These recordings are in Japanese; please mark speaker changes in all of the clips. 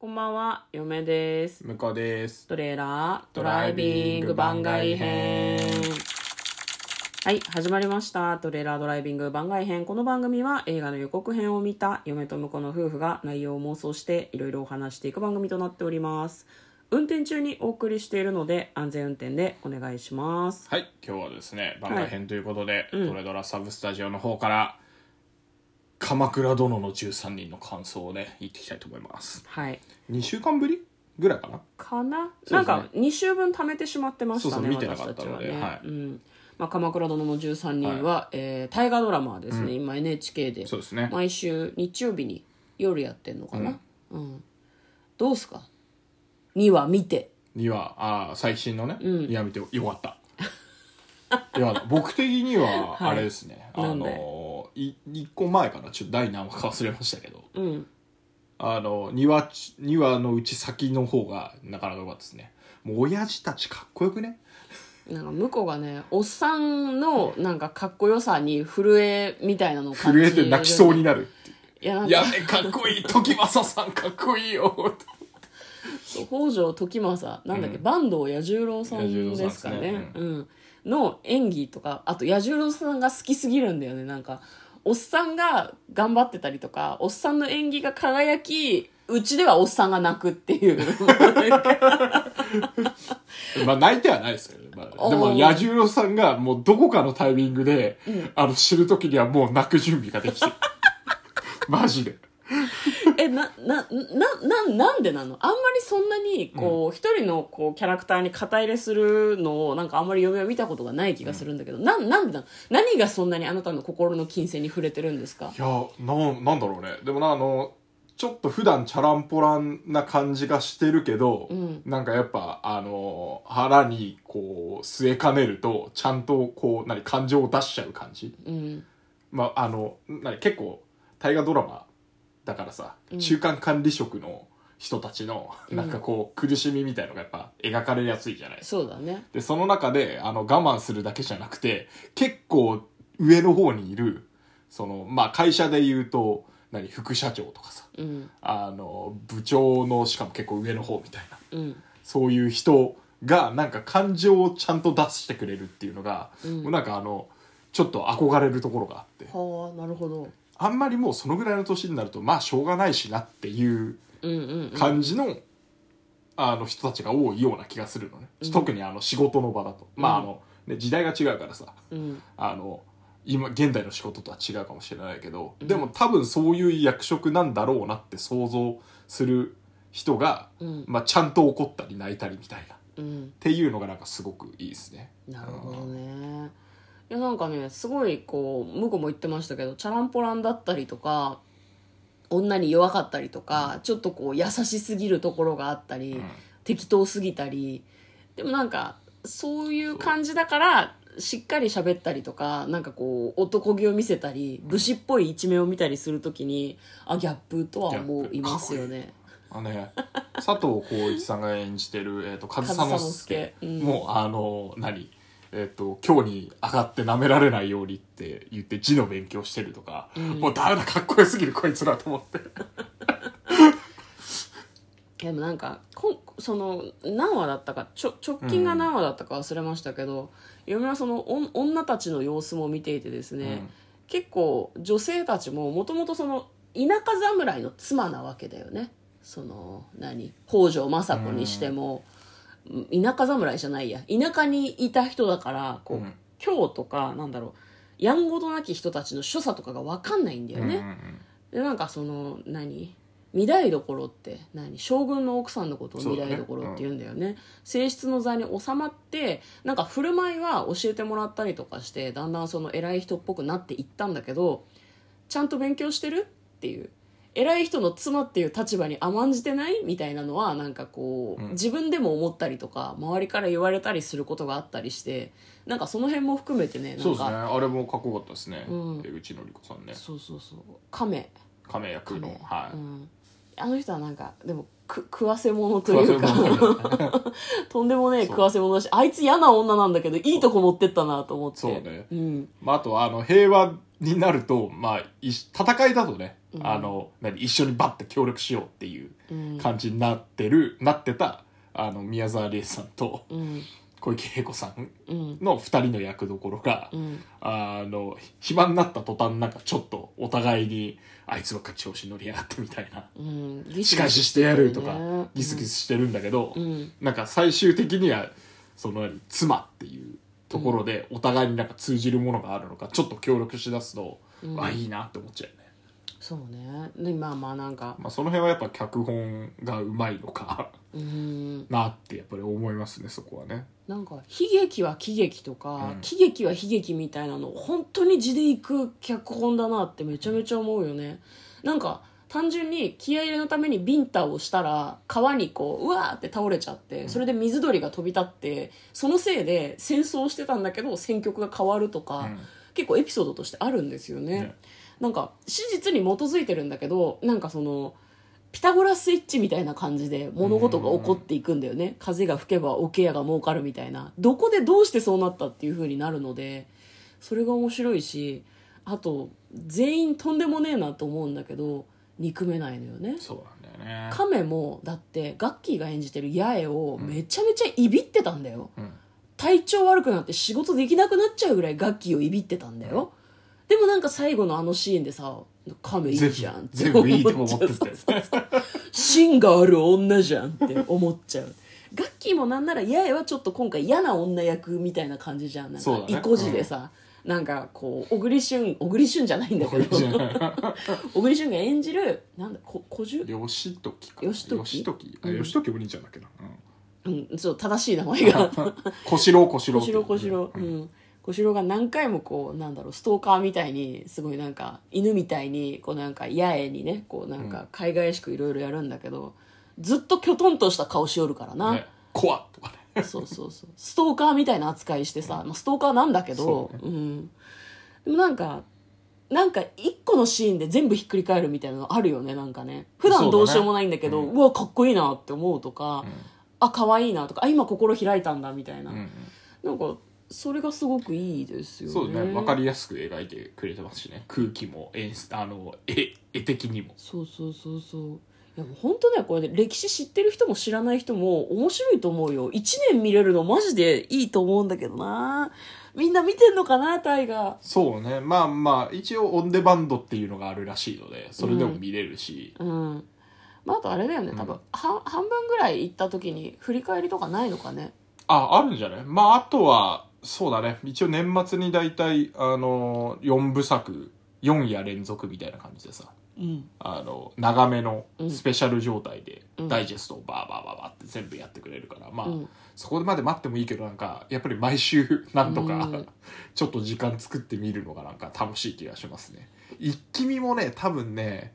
Speaker 1: こんばんは、嫁です。
Speaker 2: 向こうです。
Speaker 1: トレーラードライビング番外編。はい、始まりました。トレーラードライビング番外編。この番組は映画の予告編を見た嫁と婿の夫婦が内容を妄想していろいろお話していく番組となっております。運転中にお送りしているので安全運転でお願いします。
Speaker 2: はい、今日はですね番外編ということで、トレドラサブスタジオの方から鎌倉殿の13人の感想をね言っていきたいと思います。
Speaker 1: はい。
Speaker 2: 2週間ぶりぐらいかな
Speaker 1: かな、
Speaker 2: ね、
Speaker 1: なんか2週分貯めてしまってましたね。
Speaker 2: そう見てなかったので、
Speaker 1: はい。鎌倉殿の13人は、大河ドラマですね、今 NHK で
Speaker 2: そうですね、
Speaker 1: 毎週日曜日に夜やってんのかな、どうすか2話見て。
Speaker 2: 2話最新のね、2話見てよかったいや僕的にはあれですね、1個前かな、ちょっと第何話か忘れましたけど、2話のうち先の方がなかなか良かったですね。もう親父たちかっこよくね、
Speaker 1: なんか向こうがね、おっさんのなんかかっこよさに震えみたいなのを感じる、
Speaker 2: 震えて泣きそうになるっていう。
Speaker 1: いや
Speaker 2: かっこいい時政さんかっこいいよ
Speaker 1: 北条時政なんだっけ、坂東彌十郎さんですかね、の演技とか、あと彌十郎さんが好きすぎるんだよね。なんかおっさんが頑張ってたりとか、おっさんの演技が輝き、うちではおっさんが泣くっていう
Speaker 2: まあ泣いてはないですけど、でも彌十郎さんがもうどこかのタイミングで、知る時にはもう泣く準備ができてマジで
Speaker 1: なんでなの？あんまりそんなにこう、一人のこうキャラクターに肩入れするのをなんかあんまり嫁は見たことがない気がするんだけど、なんでなの？何がそんなにあなたの心の金銭に触れてるんですか？
Speaker 2: いやなんだろうね。でもちょっと普段チャランポランな感じがしてるけど、なんかやっぱ腹にこう据えかねるとちゃんとこう感情を出しちゃう感じ、結構大河ドラマだからさ、中間管理職の人たちのなんかこう苦しみみたいのがやっぱ描かれやすいじゃない。
Speaker 1: そうだね。
Speaker 2: でその中で我慢するだけじゃなくて、結構上の方にいる会社で言うと副社長とかさ、部長のしかも結構上の方みたいな、そういう人がなんか感情をちゃんと出してくれるっていうのが、もうなんかちょっと憧れるところがあって、
Speaker 1: はあ、なるほど。
Speaker 2: あんまりもうそのぐらいの年になるとまあしょうがないしなっていう感じの人たちが多いような気がするのね、特に仕事の場だと、時代が違うからさ、今現代の仕事とは違うかもしれないけど、でも多分そういう役職なんだろうなって想像する人が、ちゃんと怒ったり泣いたりみたいな、っていうのがなんかすごくいいですね。
Speaker 1: なるほどね。いやなんかね、すごいこう向こうも言ってましたけど、チャランポランだったりとか女に弱かったりとか、ちょっとこう優しすぎるところがあったり、適当すぎたり、でもなんかそういう感じだからしっかり喋ったりとか、なんかこう男気を見せたり武士っぽい一面を見たりするときに、ギャップとは思いますよね。
Speaker 2: 佐藤浩市さんが演じてる、上総介も今日に上がって舐められないようにって言って字の勉強してるとか、もうダメだ、かっこよすぎるこいつらと思って
Speaker 1: でもなんかその何話だったか、直近が何話だったか忘れましたけど、嫁はその女たちの様子も見ていてですね、結構女性たちももともとその田舎侍の妻なわけだよね。北条政子にしても、田舎侍じゃないや、田舎にいた人だからこう、京とかやんごとなき人たちの所作とかが分かんないんだよね、でなんか御台所って将軍の奥さんのことを御台所って言うんだよね。正室の座に収まって、なんか振る舞いは教えてもらったりとかして、だんだんその偉い人っぽくなっていったんだけど、ちゃんと勉強してるっていう、偉い人の妻っていう立場に甘んじてないみたいなのはなんかこう、自分でも思ったりとか周りから言われたりすることがあったりして、なんかその辺も含めてね、
Speaker 2: そうですね、あれもかっこよかったですね、江口のり子さんね。
Speaker 1: そう亀
Speaker 2: 役の、
Speaker 1: あの人はなんかでも食わせ者というかとんでもねえ食わせ者だし、あいつ嫌な女なんだけどいいとこ持ってったなと思って。
Speaker 2: そうね、あと平和になると戦いだとね、 一緒にバッて協力しようっていう感じになってた宮沢りえさんと小池栄子さんの2人の役どころが、暇になった途端なんかちょっとお互いにあいつばっか調子乗りやがってみたいな、仕返ししてやるとかギスギスしてるんだけど、なんか最終的にはその妻っていうところでお互いになんか通じるものがあるのか、ちょっと協力しだすと、いいなって思っちゃうよね。
Speaker 1: そうね。でまあなんか、
Speaker 2: その辺はやっぱ脚本がうまいのかなってやっぱり思いますね、そこはね。
Speaker 1: なんか悲劇は喜劇とか、喜劇は悲劇みたいなの本当に地でいく脚本だなってめちゃめちゃ思うよね。なんか単純に気合い入れのためにビンタをしたら川にこううわーって倒れちゃって、それで水鳥が飛び立って、そのせいで戦争してたんだけど戦局が変わるとか、結構エピソードとしてあるんですよね。なんか史実に基づいてるんだけど、なんかそのピタゴラスイッチみたいな感じで物事が起こっていくんだよね。風が吹けば桶屋が儲かるみたいな、どこでどうしてそうなったっていう風になるので、それが面白いし、あと全員とんでもねえなと思うんだけど憎めないのよね。
Speaker 2: そうなんだよね。
Speaker 1: 亀もだってガッキーが演じてる八重をめちゃめちゃいびってたんだよ、体調悪くなって仕事できなくなっちゃうぐらいガッキーをいびってたんだよ、でもなんか最後のあのシーンでさ、亀いいじゃんって
Speaker 2: 全部いいと思ってて
Speaker 1: 芯がある女じゃんって思っちゃう。ガッキーもなんなら八重はちょっと今回嫌な女役みたいな感じじゃん。なんか意固地でさ、なんかこう小栗旬じゃないんだけど小栗旬が演じるなんだ小樹
Speaker 2: 義時か
Speaker 1: 義時
Speaker 2: 義時お兄ちゃんだっけな、
Speaker 1: そう正しい名前が
Speaker 2: 小四郎
Speaker 1: 小四郎が何回もこうなんだろうストーカーみたいにすごいなんか犬みたいにこうなんか八重にねこうなんか海外しくいろいろやるんだけど、ずっときょとんとした顔しよるからな、
Speaker 2: 怖っとかね
Speaker 1: そうストーカーみたいな扱いしてさ、ストーカーなんだけど、でもなんか一個のシーンで全部ひっくり返るみたいなのあるよね。なんかね普段どうしようもないんだけど、うわかっこいいなって思うとか、あ可愛いなとか、あ今心開いたんだみたいな、なんかそれがすごくいいですよね。
Speaker 2: そうね、分かりやすく描いてくれてますしね、空気も絵的にも。
Speaker 1: そういやもう本当ねこれ歴史知ってる人も知らない人も面白いと思うよ。1年見れるのマジでいいと思うんだけどな。みんな見てんのかなタイガー。
Speaker 2: そうね、一応オンデマンドっていうのがあるらしいのでそれでも見れるし、
Speaker 1: あとあれだよね多分、半分ぐらい行った時に振り返りとかないのかね。
Speaker 2: あるんじゃない。あとはそうだね、一応年末に大体4部作4夜連続みたいな感じでさ、長めのスペシャル状態でダイジェストをバーバーバーバーって全部やってくれるから、そこまで待ってもいいけど、なんかやっぱり毎週なんとか、ちょっと時間作ってみるのがなんか楽しい気がしますね。一気見もね多分ね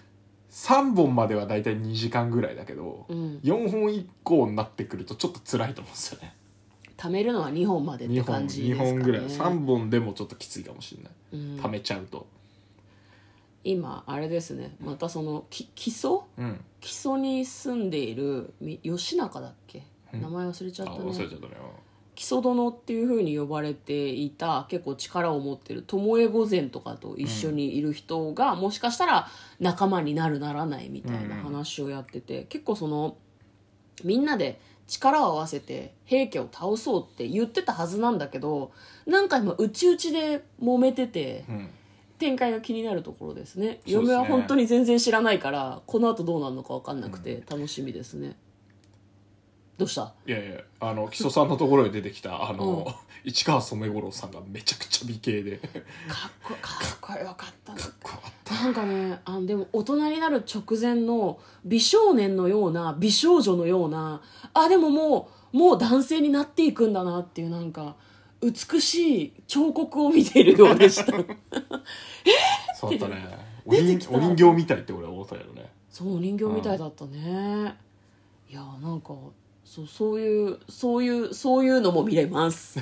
Speaker 2: 3本までは大体2時間ぐらいだけど、4本以降になってくるとちょっと辛いと思うんですよね。
Speaker 1: 貯めるのは2本までって感じですかね。
Speaker 2: 2本ぐらい、3本でもちょっときついかもしれない、貯めちゃうと。
Speaker 1: 今あれですね、またその木曽に住んでいる吉中だっけ、名前忘れちゃったね。
Speaker 2: 忘れちゃったね。
Speaker 1: 木曽殿っていう風に呼ばれていた結構力を持ってる巴御前とかと一緒にいる人が、もしかしたら仲間になるならないみたいな話をやってて、結構そのみんなで力を合わせて平家を倒そうって言ってたはずなんだけど、なんか今内々で揉めてて、展開が気になるところですね。嫁は本当に全然知らないからこの後どうなるのか分かんなくて楽しみですね。どうした？
Speaker 2: いや木曽さんのところに出てきた市川染五郎さんがめちゃくちゃ美形で
Speaker 1: かっこよかったなんかねでも大人になる直前の美少年のような美少女のような、でももう男性になっていくんだなっていう、なんか美しい彫刻を見ているようでした
Speaker 2: そうだったね。お人形みたいって俺は思ったよね。
Speaker 1: そうお人形みたいだったね。いやなんかそういうのも見れます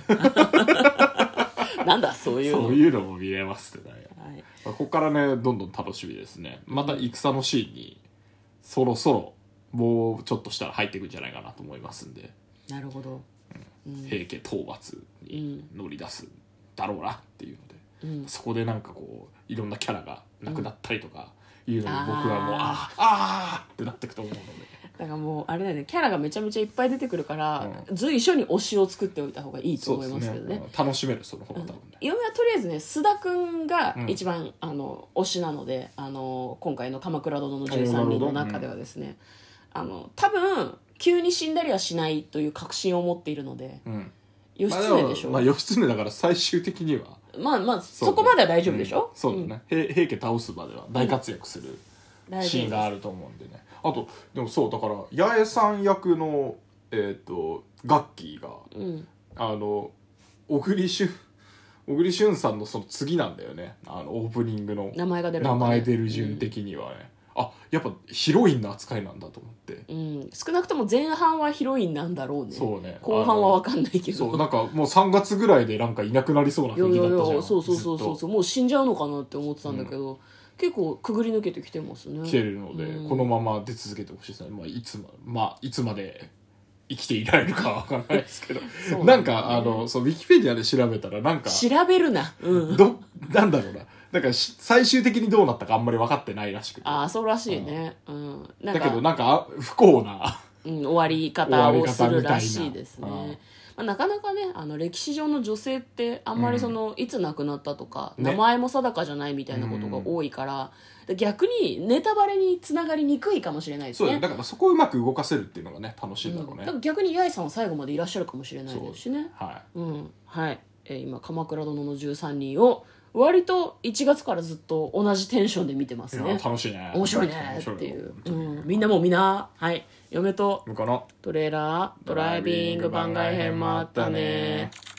Speaker 1: なんだそういう
Speaker 2: のも見れますってね、ここからねどんどん楽しみですね。また戦のシーンにそろそろもうちょっとしたら入っていくんじゃないかなと思いますんで。
Speaker 1: なるほど、
Speaker 2: 平家討伐に乗り出すだろうなっていうので、そこでなんかこういろんなキャラが亡くなったりとか、 いうのに僕はもうあーってなってくと思うので、
Speaker 1: だからもうあれだよね、キャラがめちゃめちゃいっぱい出てくるから、随所に推しを作っておいた方がいいと思いますけどね。
Speaker 2: 楽しめるその方が多分ね。
Speaker 1: 嫁はとりあえずね、須田くんが一番、推しなので、今回の鎌倉殿の13人の中ではですね、多分急に死んだりはしないという確信を持っているので、義経でしょ。
Speaker 2: 義経だから最終的には
Speaker 1: まあそこまでは大丈夫でしょ。
Speaker 2: そうだね、平家倒すまでは大活躍するシーンがあると思うんでね。あとでもそうだから八重さん役のガッキーが、小栗旬さんのその次なんだよね。オープニングの
Speaker 1: 名前が出る、
Speaker 2: 名前出る順的にはね、やっぱヒロインの扱いなんだと思って、
Speaker 1: 少なくとも前半はヒロインなんだろうね。
Speaker 2: そうね、
Speaker 1: 後半は分かんないけど、
Speaker 2: そうなんかもう3月ぐらいでなんかいなくなりそうな雰囲気だったじゃん。
Speaker 1: そうもう死んじゃうのかなって思ってたんだけど、結構くぐり抜けてきてますね。
Speaker 2: 来てるので、このまま出続けてほしいですね。いつまで生きていられるかわからないですけど、なんかそうウィキペディアで調べたらなんか
Speaker 1: 調べるな、
Speaker 2: なんだろうな、なんか最終的にどうなったかあんまり分かってないらしくて、
Speaker 1: そうらしいね、
Speaker 2: だけどなんか不幸な
Speaker 1: 終わり方をするらしいですね。なかなかね、歴史上の女性ってあんまりいつ亡くなったとか、名前も定かじゃないみたいなことが多いから、逆にネタバレにつながりにくいかもしれないですね。
Speaker 2: そうだからそこをうまく動かせるっていうのがね楽しいんだろうね。
Speaker 1: だから逆に八重さんは最後までいらっしゃるかもしれないですしね。はい、今鎌倉殿の13人を割と1月からずっと同じテンションで見てますね。
Speaker 2: 楽しいね、
Speaker 1: 面白いねっていう、みんなもみんな、はい、嫁と
Speaker 2: 向こうの
Speaker 1: トレーラードライビング番外編もあったね。